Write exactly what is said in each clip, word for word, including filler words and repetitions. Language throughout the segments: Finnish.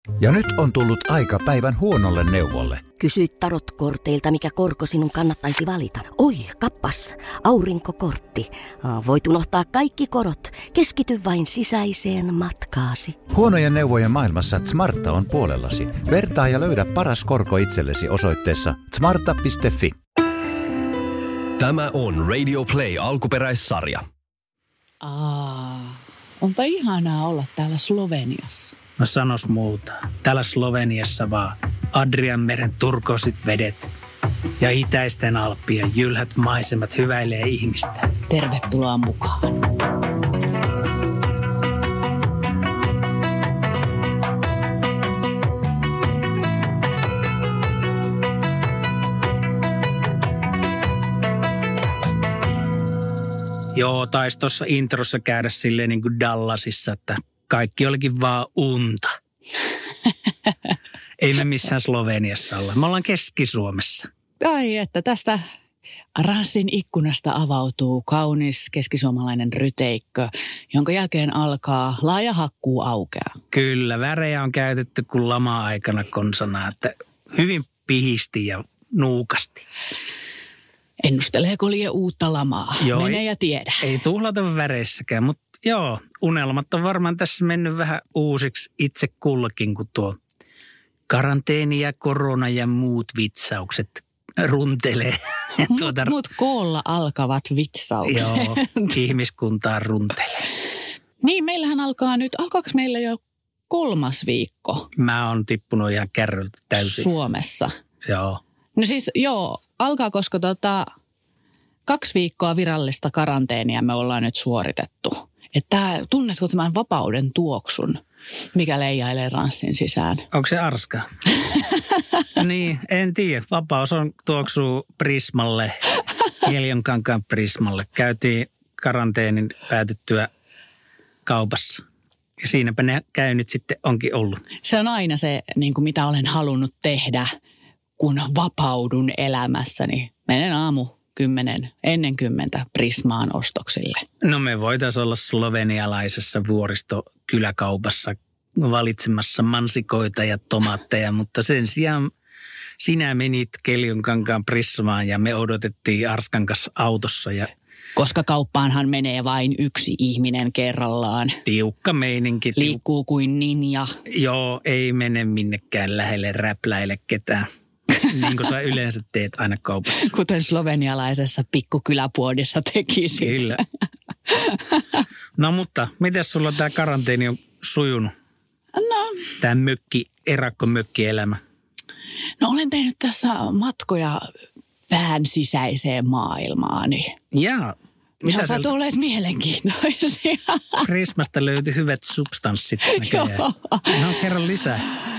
Ja nyt on tullut aika päivän huonolle neuvolle. Kysy tarotkorteilta, mikä korko sinun kannattaisi valita. Oi, kappas, aurinkokortti. Voit unohtaa kaikki korot. Keskity vain sisäiseen matkaasi. Huonojen neuvojen maailmassa Smarta on puolellasi. Vertaa ja löydä paras korko itsellesi osoitteessa smarta piste fi. Tämä on Radio Play alkuperäissarja. Aa, onpa ihanaa olla täällä Sloveniassa. No sanos muuta. Täällä Sloveniassa vaan Adrianmeren turkoosit vedet ja itäisten Alppien jylhät maisemat hyväilee ihmistä. Tervetuloa mukaan. Joo, taisi tuossa introssa käydä silleen niin kuin Dallasissa, että kaikki olikin vaan unta. Ei me missään Sloveniassa olla. Me ollaan Keski-Suomessa. Ai, että tästä Ranssin ikkunasta avautuu kaunis keskisuomalainen ryteikkö, jonka jälkeen alkaa laaja hakkuu aukea. Kyllä, värejä on käytetty kuin lama-aikana konsana, että hyvin pihisti ja nuukasti. Ennusteleeko liian uutta lamaa? Joo, Mene ja tiedä. Ei tuhlata väreissäkään, mutta joo, unelmat on varmaan tässä mennyt vähän uusiksi itse kullakin, kun tuo karanteeni ja korona ja muut vitsaukset runtelee. tuota... Mut koolla alkavat vitsaukset. Joo, ihmiskuntaa runtelee. Niin, meillähän alkaa nyt, alkaako meillä jo kolmas viikko? Mä oon tippunut ihan kärryltä täysin. Suomessa? Joo. No siis joo, alkaa, koska tota, kaksi viikkoa virallista karanteenia me ollaan nyt suoritettu. Että tunnetko tämän vapauden tuoksun, mikä leijailee Ranssin sisään? Onko se arska? Niin, en tiedä. Vapaus on tuoksuu Prismalle, Keljonkankaan Prismalle. Käytiin karanteenin päätettyä kaupassa. Ja siinäpä ne käynnit sitten onkin ollut. Se on aina se, niin kuin mitä olen halunnut tehdä, kun vapaudun elämässäni. Menen aamu kymmenen, ennen kymmentä Prismaan ostoksille. No me voitaisiin olla slovenialaisessa vuoristokyläkaupassa valitsemassa mansikoita ja tomaatteja, mutta sen sijaan sinä menit Keljonkankaan Prismaan ja me odotettiin Arskan kanssa autossa. Ja koska kauppaanhan menee vain yksi ihminen kerrallaan. Tiukka meininki. Liikkuu kuin ninja. Joo, ei mene minnekään lähelle räpläile ketään. Niin kuin sä yleensä teet aina kaupassa. Kuten slovenialaisessa pikkukyläpuodissa tekisit. Kyllä. No mutta, miten sulla tämä karanteeni on sujunut? No. Tämä mökki, erakkomökkielämä. No olen tehnyt tässä matkoja pään sisäiseen maailmaani. Jaa. Mitä ne ovat olleet mielenkiintoisia. Prismasta löytyi hyvät substanssit näköjään. Joo. No kerro lisää.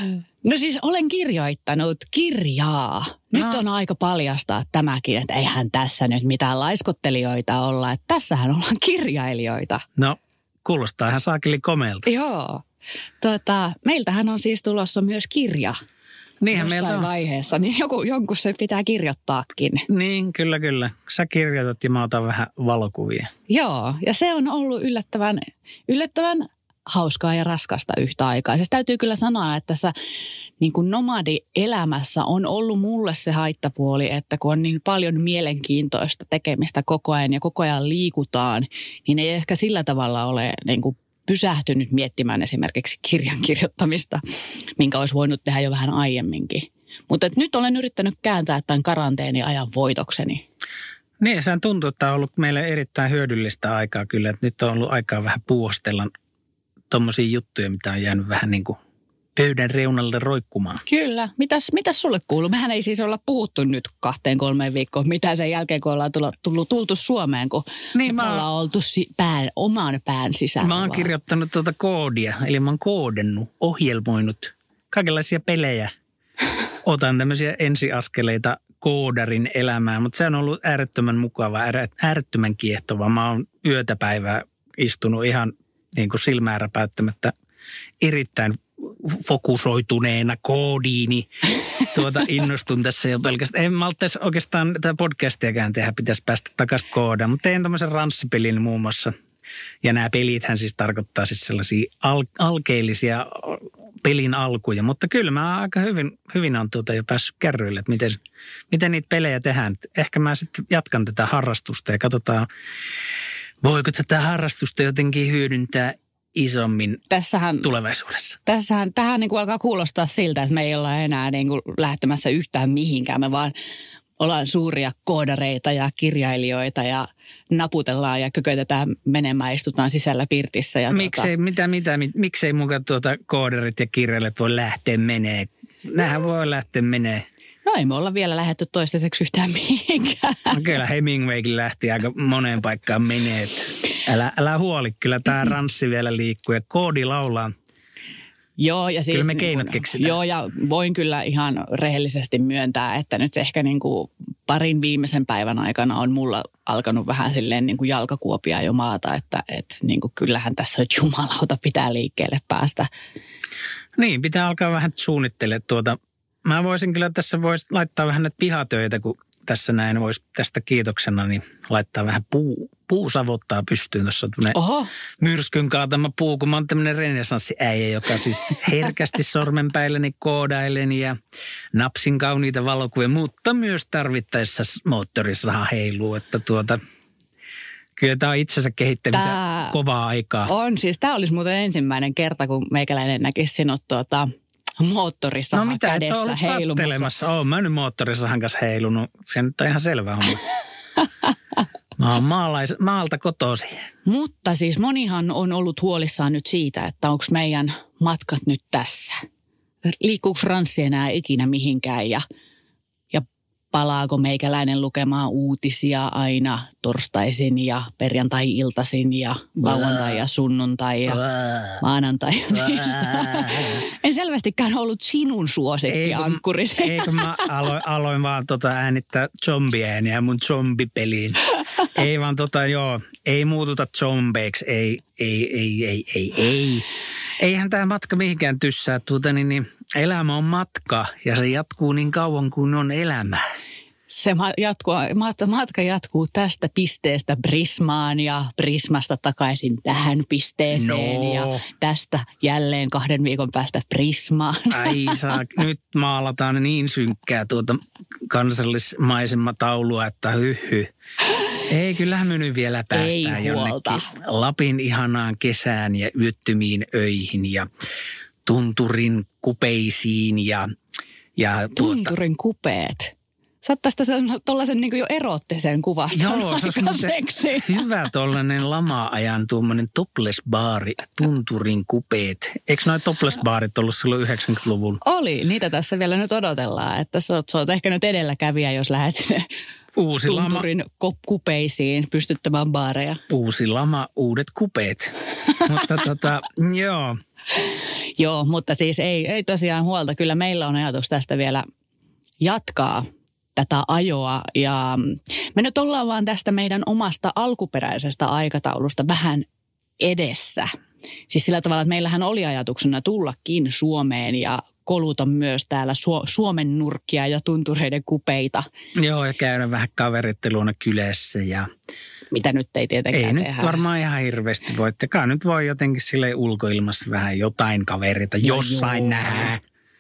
No siis olen kirjoittanut kirjaa. Nyt no. on aika paljastaa tämäkin, että eihän tässä nyt mitään laiskottelijoita olla. Että tässähän ollaan kirjailijoita. No, kuulostaa ihan saakeli komeelta. Joo. Tota, meiltähän on siis tulossa myös kirja. Niinhän jossain meiltä on. Vaiheessa, niin joku, jonkun se pitää kirjoittaakin. Niin, kyllä, kyllä. Sä kirjoitat ja mä otan vähän valokuvia. Joo, ja se on ollut yllättävän, yllättävän hauskaa ja raskasta yhtä aikaa. Se täytyy kyllä sanoa, että tässä niin kuin nomadi-elämässä on ollut mulle se haittapuoli, että kun on niin paljon mielenkiintoista tekemistä koko ajan ja koko ajan liikutaan, niin ei ehkä sillä tavalla ole niin kuin pysähtynyt miettimään esimerkiksi kirjan kirjoittamista, minkä olisi voinut tehdä jo vähän aiemminkin. Mutta nyt olen yrittänyt kääntää tämän karanteeniajan voitokseni. Niin, sehän tuntuu, että on ollut meille erittäin hyödyllistä aikaa kyllä. Että nyt on ollut aikaa vähän puostella tommosia juttuja, mitä on jäänyt vähän niin kuin pöydän reunalle roikkumaan. Kyllä. Mitäs, mitäs sulle kuuluu? Mehän ei siis olla puhuttu nyt kahteen kolmeen viikkoon. Mitä sen jälkeen, kun ollaan tullut, tullut, tultu Suomeen, kun niin me ollaan oltu pään, oman pään sisällä. Mä oon vaan kirjoittanut tuota koodia, eli mä oon koodennut, ohjelmoinut kaikenlaisia pelejä. Otan tämmöisiä ensiaskeleita koodarin elämään, mutta se on ollut äärettömän mukavaa, äärettömän kiehtovaa. Mä oon yötä päivää istunut ihan niin kuin silmää räpäyttämättä erittäin fokusoituneena koodiini. Tuota innostun tässä jo pelkästään. En malttaisi oikeastaan tätä podcastiakään tehdä, pitäisi päästä takaisin koodaan, mutta tein tämmöisen ranssipelin muun muassa. Ja nämä pelithän siis tarkoittaa siis sellaisia al- alkeellisia pelin alkuja. Mutta kyllä mä aika hyvin, hyvin on tuota jo päässyt kärryille, että miten, miten niitä pelejä tehdään. Ehkä mä sitten jatkan tätä harrastusta ja katsotaan, voiko tätä harrastusta jotenkin hyödyntää isommin tässähän, tulevaisuudessa. Tässähän, tähän niin kuin alkaa kuulostaa siltä, että me ei olla enää niin kuin lähtemässä yhtään mihinkään. Me vaan ollaan suuria koodareita ja kirjailijoita ja naputellaan ja kökötetään menemään, istutaan sisällä pirtissä. Ja miksei, tuota... mitä, mitä, miksei mukaan tuota koodarit ja kirjailijat voi lähteä menee? Nämähän voi lähteä menee. No ei me olla vielä lähdetty toistaiseksi yhtään mihinkään. No kyllä Hemingwaykin lähti aika moneen paikkaan menee. Älä, älä huoli, kyllä tämä ranssi vielä liikkuu ja koodi laulaa. Joo, ja siis kyllä me niin keinot kun, keksitään. Joo, ja voin kyllä ihan rehellisesti myöntää, että nyt ehkä niin kuin parin viimeisen päivän aikana on mulla alkanut vähän silleen niin kuin jalkakuopia jo maata, että, että niin kuin kyllähän tässä nyt jumalauta pitää liikkeelle päästä. Niin, pitää alkaa vähän suunnittelemaan tuota. Mä voisin kyllä tässä voisi laittaa vähän näitä pihatöitä, kun tässä näin voisi tästä kiitoksena, niin laittaa vähän puu, puusavottaa pystyyn. Tuossa on myrskyn kaatama puu, kun mä oon tämmöinen renessanssiäijä, joka siis herkästi sormenpäilläni koodailen ja napsin kauniita valokuvia, mutta myös tarvittaessa moottorisraha heiluu, että tuota... Kyllä tämä on itsensä kehittämisen tää kovaa aikaa. On siis, tämä olisi muuten ensimmäinen kerta, kun meikäläinen näkisi sinut tuota... moottorisahan no mitä, kädessä heilumassa. No mitä, et ole kattelemassa. Oon mä nyt moottorisahan kanssa heilunut. Se nyt on ihan selvä homma. Mä oon maalais, maalta kotoisin. Mutta siis monihan on ollut huolissaan nyt siitä, että onko meidän matkat nyt tässä. Liikkuuko ranssi enää ikinä mihinkään ja, ja palaako meikäläinen lukemaan uutisia aina torstaisin ja perjantai-iltaisin ja lauantai ja sunnuntai ja maanantai ja tiistai. En selvästikään ollut sinun suosikkiankkurisi. Eikö mä aloin, aloin vaan tota äänittää zombiääniä mun zombipeliin. Ei vaan tota joo, ei muututa zombeiksi, ei, ei, ei, ei, ei, ei. Eihän tämä matka mihinkään tyssää, tuota niin, niin elämä on matka ja se jatkuu niin kauan kuin on elämä. Se jatkuu, matka jatkuu tästä pisteestä Prismaan ja Prismasta takaisin tähän pisteeseen no. ja tästä jälleen kahden viikon päästä Prismaan. Ai saa, nyt maalataan niin synkkää tuota kansallismaisemataulua, että hyhy. Ei, kyllähän me nyt vielä päästään jonnekin Lapin ihanaan kesään ja yöttömiin öihin ja tunturin kupeisiin ja... ja tunturin tuota, kupeet? Sä oot tästä tuollaisen niin jo eroottisen kuvasta. Joo, se on hyvä tuollainen lama-ajan tuommoinen topless-baari, tunturin kupeet. Eikö noi topless-baarit ollut silloin yhdeksänkymmentäluvulla? Oli, niitä tässä vielä nyt odotellaan. Että sä oot, sä oot ehkä nyt edelläkävijä, jos lähdet sinne Uusi tunturin lama. kupeisiin pystyttämään baareja. Uusi lama, uudet kupeet. Mutta tota, joo. Joo, mutta siis ei, ei tosiaan huolta. Kyllä meillä on ajatus tästä vielä jatkaa tätä ajoa ja me nyt ollaan vaan tästä meidän omasta alkuperäisestä aikataulusta vähän edessä. Siis sillä tavalla, että meillähän oli ajatuksena tullakin Suomeen ja koluta myös täällä Su- Suomen nurkkia ja tuntureiden kupeita. Joo, ja käydä vähän kaveritteluuna kylässä ja... Mitä nyt ei tietenkään ei tehdä. Ei nyt varmaan ihan hirveästi voi. Tekaan nyt voi jotenkin silleen ulkoilmassa vähän jotain kaverita no jossain nähdä.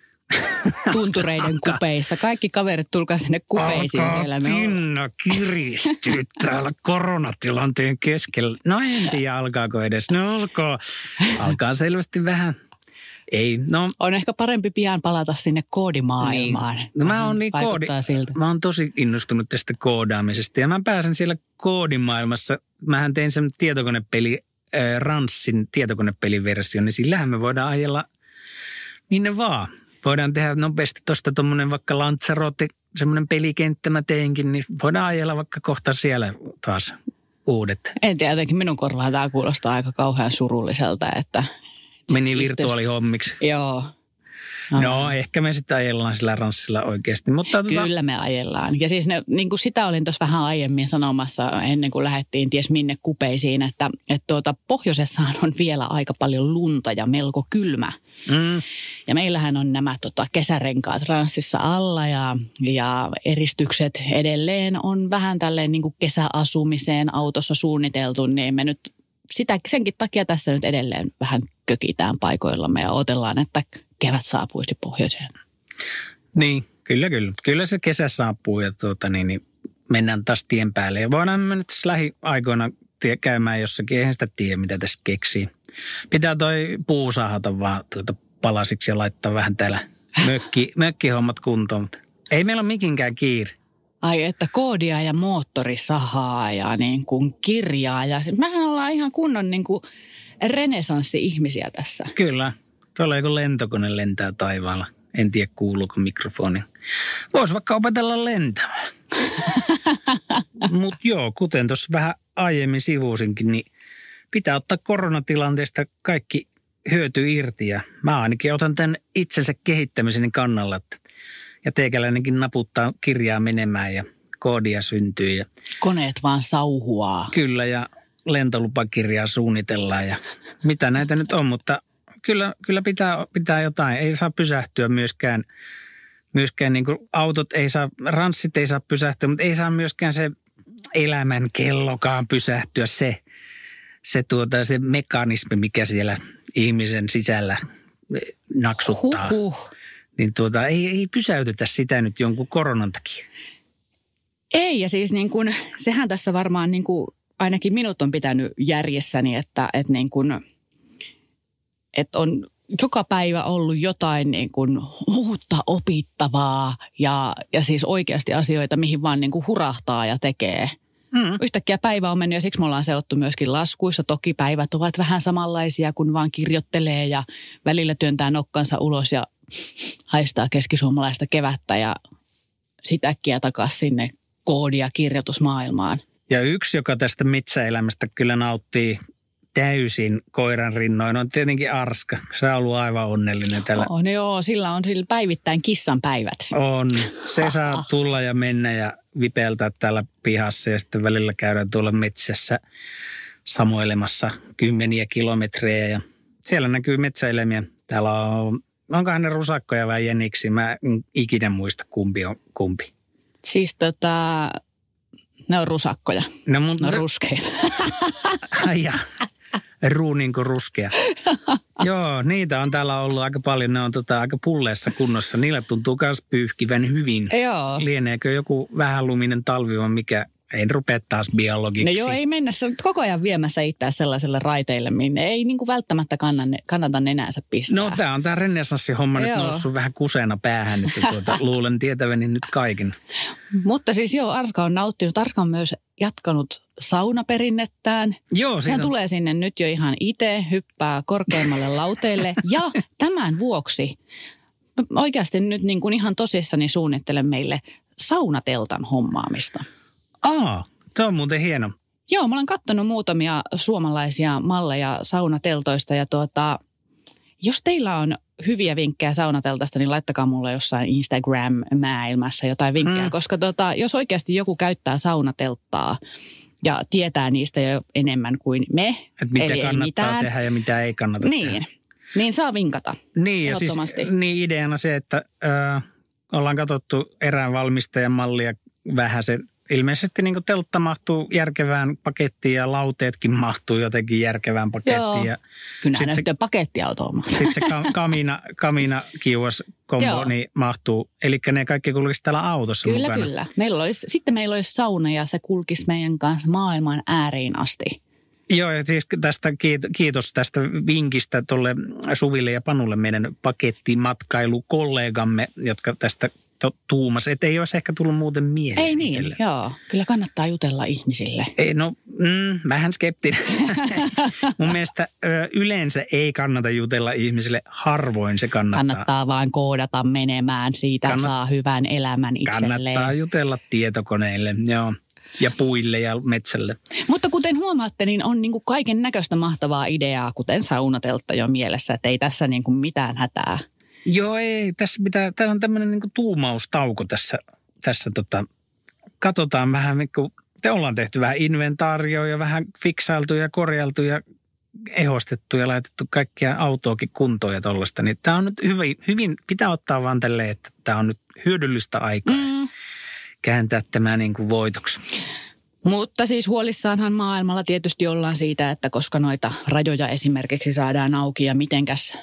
Tuntureiden kupeissa. Kaikki kaverit tulkaa sinne kupeisiin. Alkaa siellä. pinna kiristyä täällä koronatilanteen keskellä. No en tiedä, alkaako edes. No alkaa, alkaa selvästi vähän. Ei, no. On ehkä parempi pian palata sinne koodimaailmaan. Niin. No mä oon niin koodi, siltä. Mä oon tosi innostunut tästä koodaamisesta ja mä pääsen siellä koodimaailmassa. Mähän tein sen tietokonepeli, äh, Ranssin tietokonepeliversion, niin sillähän me voidaan ajella minne vaan. Voidaan tehdä nopeasti tuosta tuommoinen vaikka Lanzarote, semmoinen pelikenttä mä teinkin, niin voidaan ajella vaikka kohta siellä taas uudet. En tiedä, jotenkin minun korvaan tämä kuulostaa aika kauhean surulliselta, että... Meni virtuaalihommiksi. Joo. No, no ehkä me sitten ajellaan sillä ranssilla oikeasti. Mutta Kyllä tota... me ajellaan. Ja siis ne, niin kuin sitä olin tuossa vähän aiemmin sanomassa ennen kuin lähdettiin ties minne kupeisiin, että, että tuota, pohjoisessahan on vielä aika paljon lunta ja melko kylmä. Mm. Ja meillähän on nämä tota, kesärenkaat ranssissa alla ja, ja eristykset edelleen on vähän tälleen niin kuin kesäasumiseen autossa suunniteltu, niin me nyt sitä, senkin takia tässä nyt edelleen vähän kökitään paikoillamme ja odotellaan, että kevät saapuisi pohjoiseen. Niin, kyllä, kyllä. Kyllä se kesä saapuu ja tuota, niin, niin mennään taas tien päälle. Ja voidaan mennä tässä lähiaikoina tie, käymään jossakin. Eihän sitä tiedä, mitä tässä keksii. Pitää toi puu saahata vaan tuota palasiksi ja laittaa vähän täällä mökki, mökkihommat kuntoon. Mutta ei meillä ole mikinkään kiire. Ai että koodia ja moottorisahaa ja niin kuin kirjaa. Ja mehän ollaan ihan kunnon niin kuin renesanssi-ihmisiä tässä. Kyllä. Tuolla joku lentokone lentää taivaalla. En tiedä kuuluuko mikrofoni. Voisi vaikka opetella lentämään. Mutta joo, kuten tuossa vähän aiemmin sivuusinkin, niin pitää ottaa koronatilanteesta kaikki hyöty irti. Ja mä ainakin otan tämän itsensä kehittämisen kannalla, että ja teikäläinenkin naputtaa kirjaa menemään ja koodia syntyy. Ja koneet vaan sauhuaa. Kyllä, ja lentolupakirjaa suunnitellaan ja mitä näitä nyt on, mutta kyllä, kyllä pitää, pitää jotain. Ei saa pysähtyä myöskään, myöskään niin kuin autot ei saa, ranssit ei saa pysähtyä, mutta ei saa myöskään se elämän kellokaan pysähtyä, se, se, tuota, se mekanismi, mikä siellä ihmisen sisällä naksuttaa. Huhhuh. Niin tuota, ei, ei pysäytetä sitä nyt jonkun koronan takia. Ei, ja siis niin kuin, sehän tässä varmaan niin kuin, ainakin minut on pitänyt järjessäni, että, että, niin kuin, että on joka päivä ollut jotain niin kuin uutta opittavaa ja, ja siis oikeasti asioita, mihin vaan niin kuin hurahtaa ja tekee. Mm. Yhtäkkiä päivä on mennyt ja siksi me ollaan seottu myöskin laskuissa. Toki päivät ovat vähän samanlaisia, kun vaan kirjoittelee ja välillä työntää nokkansa ulos ja haistaa keskisuomalaista kevättä ja sit äkkiä takaisin sinne koodi- ja kirjoitusmaailmaan. Ja yksi, joka tästä metsäelämästä kyllä nauttii täysin koiran rinnoin, on tietenkin Arska. Se on ollut aivan onnellinen tällä. On joo, sillä on sillä päivittäin kissan päivät. On. Se saa tulla ja mennä ja vipeltää täällä pihassa ja sitten välillä käydään tuolla metsässä samoilemassa kymmeniä kilometrejä. Ja siellä näkyy metsäeläimiä. Täällä on, onkohan ne rusakkoja vai jeniksi? Mä en ikinä muista kumpi on kumpi. Siis tota, ne on rusakkoja. No, mun, ne on ruskeita. Ai ja. Ruuninko ruskea. Joo, niitä on täällä ollut aika paljon. Ne on tota, aika pulleessa kunnossa. Niillä tuntuu myös pyyhkivän hyvin. Joo. Lieneekö joku vähäluminen talvi vai mikä? En rupea taas biologiksi. No joo, ei mennä. Se on koko ajan viemässä itseään sellaiselle raiteille, minne ei niin kuin välttämättä kannata nenänsä pistää. No tämä on tämä renessanssihomma nyt noussut vähän kusena päähän. Että tuota, luulen tietäväni nyt kaiken. Mutta siis joo, Arska on nauttinut. Arska on myös jatkanut saunaperinnettään. Joo. Hän on... tulee sinne nyt jo ihan itse, hyppää korkeammalle lauteille. Ja tämän vuoksi oikeasti nyt niin kuin ihan tosissani suunnittelen meille saunateltan hommaamista. Aa, se on muuten hieno. Joo, mä olen katsonut muutamia suomalaisia malleja saunateltoista ja tuota, jos teillä on hyviä vinkkejä saunateltasta, niin laittakaa mulle jossain Instagram-maailmassa jotain vinkkejä, hmm. koska tuota, jos oikeasti joku käyttää saunatelttaa ja tietää niistä jo enemmän kuin me, että mitä eli kannattaa mitään, tehdä ja mitä ei kannata niin, tehdä. Niin saa vinkata. Niin, ja siis niin ideana se, että äh, ollaan katsottu erään valmistajan mallia vähän se. Ilmeisesti niin kuin teltta mahtuu järkevään pakettiin ja lauteetkin mahtuu jotenkin järkevään pakettiin. Joo, kyllä ne sitten pakettiautoon. Sitten se kamina, kamina kiuas kombo niin mahtuu. Eli ne kaikki kulkisi täällä autossa kyllä, mukana. Kyllä, kyllä. Meillä olisi, sitten meillä olisi sauna ja se kulkisi meidän kanssa maailman ääriin asti. Joo, ja siis tästä kiitos tästä vinkistä tuolle Suville ja Panulle, meidän pakettimatkailukollegamme, jotka tästä tuumas, että ei olisi ehkä tullut muuten mieleen. Ei niin, itselle. Joo. Kyllä kannattaa jutella ihmisille. Ei, no, mm, vähän skeptinen. Mun mielestä ö, yleensä ei kannata jutella ihmisille, harvoin se kannattaa. Kannattaa vaan koodata menemään, siitä Kannat... saa hyvän elämän itselleen. Kannattaa jutella tietokoneille, joo. Ja puille ja metsälle. Mutta kuten huomaatte, niin on niin kuin kaiken näköistä mahtavaa ideaa, kuten saunateltta jo mielessä, että ei tässä niin kuin mitään hätää. Joo, ei. Tässä pitää, tämä on tämmöinen niin kuin tuumaustauko tässä. tässä tota, katsotaan vähän, niin kuin, te ollaan tehty vähän inventaarioa ja vähän fiksailtu ja korjailtu ja ehostettu ja laitettu kaikkia autoakin kuntoon ja tollaista. Niin tämä on nyt hyvin, hyvin, pitää ottaa vaan tälleen, että tämä on nyt hyödyllistä aikaa. Mm. Kääntää tämä niin kuin voitoksi. Mutta siis huolissaanhan maailmalla tietysti ollaan siitä, että koska noita rajoja esimerkiksi saadaan auki ja mitenkäs,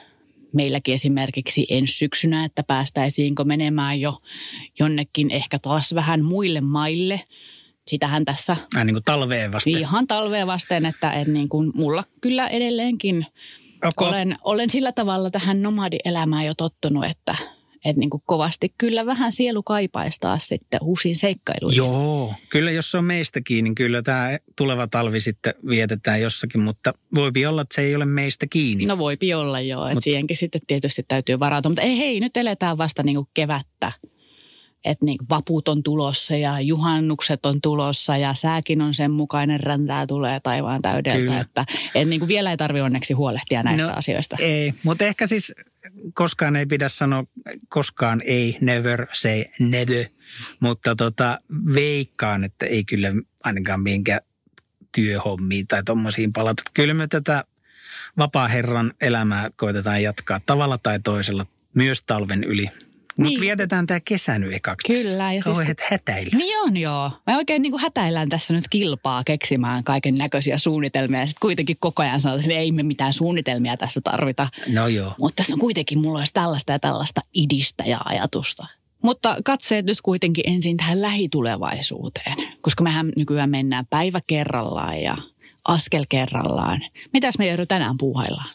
meilläkin esimerkiksi ensi syksynä, että päästäisiinkö menemään jo jonnekin ehkä taas vähän muille maille. Sitähän tässä Äh, niin kuin talveen vasten. ihan talveen vasten, että, että niin kuin mulla kyllä edelleenkin olen, olen sillä tavalla tähän nomadielämään jo tottunut, että, että niin kuin kovasti kyllä vähän sielu kaipaisi taas sitten uusiin seikkailuihin. Joo, kyllä jos se on meistä kiinni, kyllä tämä tuleva talvi sitten vietetään jossakin, mutta voipi olla, että se ei ole meistä kiinni. No voipi olla joo, että Mut, siihenkin sitten tietysti täytyy varautua, mutta ei hei, nyt eletään vasta niin kuin kevättä. Että niin vaput on tulossa ja juhannukset on tulossa ja sääkin on sen mukainen, räntää tulee taivaan täydeltä. Kyllä. Että et niin vielä ei tarvitse onneksi huolehtia näistä no, asioista. Ei, mutta ehkä siis koskaan ei pidä sanoa, koskaan ei, never say never. Mutta tota, veikkaan, että ei kyllä ainakaan mihinkään työhommiin tai tommosiin palata. Kyllä me tätä vapaa-herran elämää koitetaan jatkaa tavalla tai toisella myös talven yli. Mutta Niin. vietetään tämä kesä nyt ekaksi. Kyllä. Ja Kauheat siis, hätäillä. niin on joo. Me oikein niin kuin hätäillään tässä nyt kilpaa keksimään kaiken näköisiä suunnitelmia. Ja sitten kuitenkin koko ajan sanotaan, että ei me mitään suunnitelmia tässä tarvita. No joo. Mutta tässä on kuitenkin, mulla olisi tällaista ja tällaista idistä ja ajatusta. Mutta katseet nyt kuitenkin ensin tähän lähitulevaisuuteen. Koska mehän nykyään mennään päivä kerrallaan ja askel kerrallaan. Mitäs me joudu tänään puuhaillaan?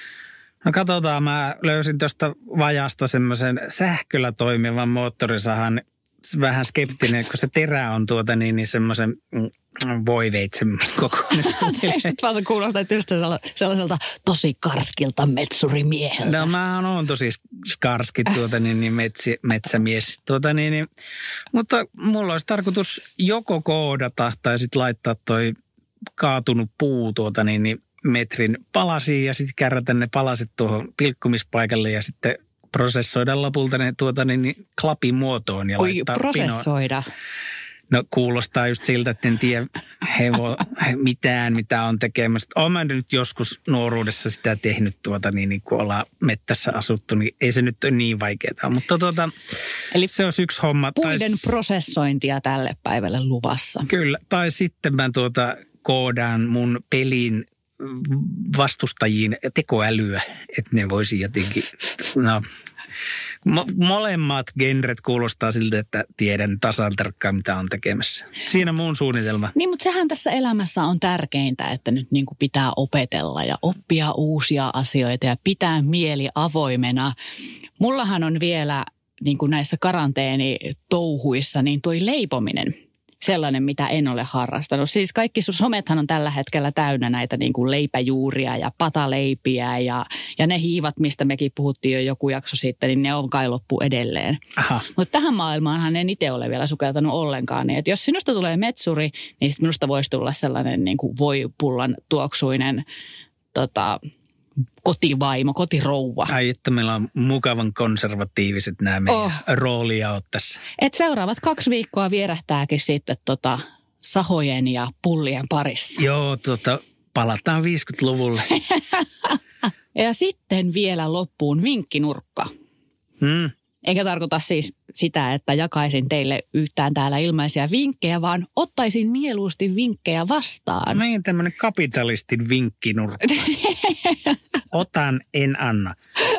No katsotaan, mä löysin tuosta vajasta semmoisen sähköllä toimivan moottorisahan, vähän skeptinen, kun se terä on tuota niin, niin semmoisen mm, voiveitsen kokoinen. Sitten vaan se kuulostaa just sellaiselta tosi karskilta metsurimieheltä. No mähän on tosi skarski tuota niin, niin metsi, metsämies. Tuota niin, niin, mutta mulla olisi tarkoitus joko koodata tai sitten laittaa toi kaatunut puu tuota niin, niin metrin palasiin ja sitten kärrätä ne palaset tuohon pilkkumispaikalle ja sitten prosessoida lopulta ne tuota niin, niin klapin muotoon ja Oi, laittaa prosessoida. pinoon. No kuulostaa just siltä, että en tiedä hevo, mitään, mitä on tekemässä. Olen mä nyt joskus nuoruudessa sitä tehnyt tuota niin, niin kun ollaan mettässä asuttu, niin ei se nyt ole niin vaikeaa. Mutta tuota, Eli se olisi yksi homma. puiden tai, prosessointia tälle päivälle luvassa. Kyllä, tai sitten mä tuota koodaan mun pelin vastustajiin tekoälyä, että ne voisi jotenkin, no mo- molemmat genret kuulostaa siltä, että tiedän tasan tarkkaan, mitä on tekemässä. Siinä mun suunnitelma. Niin, mutta sehän tässä elämässä on tärkeintä, että nyt niin kuin pitää opetella ja oppia uusia asioita ja pitää mieli avoimena. Mullahan on vielä niin kuin näissä karanteenitouhuissa niin toi leipominen sellainen, mitä en ole harrastanut. Siis kaikki somethan on tällä hetkellä täynnä näitä niin kuin leipäjuuria ja pataleipiä ja, ja ne hiivat, mistä mekin puhuttiin jo joku jakso sitten, niin ne on kai loppu edelleen. Mutta tähän maailmaanhan en itse ole vielä sukeltanut ollenkaan. Niin että jos sinusta tulee metsuri, niin minusta voisi tulla sellainen niin kuin voipullan tuoksuinen tota, kotivaimo, kotirouva. Ai, että meillä on mukavan konservatiiviset nämä meidän oh. roolijaot tässä. Et seuraavat kaksi viikkoa vierähtääkin sitten tota sahojen ja pullien parissa. Joo, tota, palataan viisikymmentäluvulle. Ja sitten vielä loppuun vinkkinurkka. Hmm. Eikä tarkoita siis sitä, että jakaisin teille yhtään täällä ilmaisia vinkkejä, vaan ottaisin mieluusti vinkkejä vastaan. Meidän tämmöinen kapitalistin vinkkinurkka. Otan, en anna.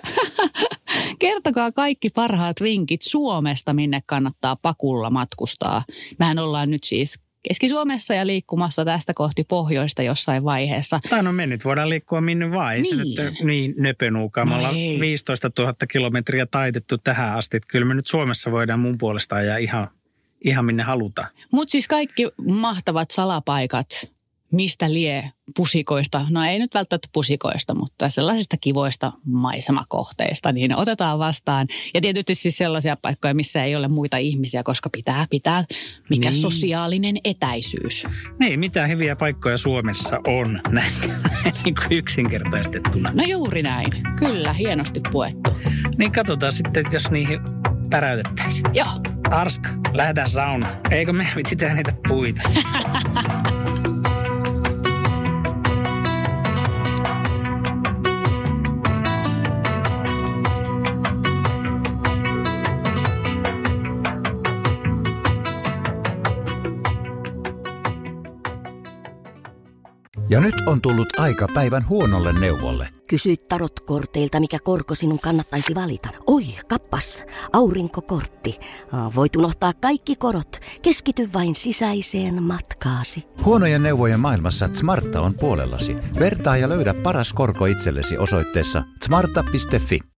Kertokaa kaikki parhaat vinkit Suomesta, minne kannattaa pakulla matkustaa. Mehän ollaan nyt siis Keski-Suomessa ja liikkumassa tästä kohti pohjoista jossain vaiheessa. Tai no me nyt voidaan liikkua minne vaan. Ei niin. se nyt niin nöpönuukaan. Me ollaan no viisitoista tuhatta kilometriä taitettu tähän asti. Että kyllä me nyt Suomessa voidaan mun puolestaan ja ihan, ihan minne halutaan. Mutta siis kaikki mahtavat salapaikat, mistä lie pusikoista, no ei nyt välttämättä pusikoista, mutta sellaisista kivoista maisemakohteista, niin otetaan vastaan. Ja tietysti siis sellaisia paikkoja, missä ei ole muita ihmisiä, koska pitää pitää, mikä niin. sosiaalinen etäisyys. Niin, mitä hyviä paikkoja Suomessa on, näin niin kuin yksinkertaistettuna. No juuri näin, kyllä, hienosti puettu. Niin katsotaan sitten, jos niihin päräytettäisiin. Joo. Arska, lähdetään saunaan. Eikö me vititään niitä puita? Ja nyt on tullut aika päivän huonolle neuvolle. Kysy tarotkorteilta, mikä korko sinun kannattaisi valita. Oi, kappas, aurinkokortti. Voit unohtaa kaikki korot. Keskity vain sisäiseen matkaasi. Huonojen neuvojen maailmassa Smarta on puolellasi. Vertaa ja löydä paras korko itsellesi osoitteessa smarta piste fi.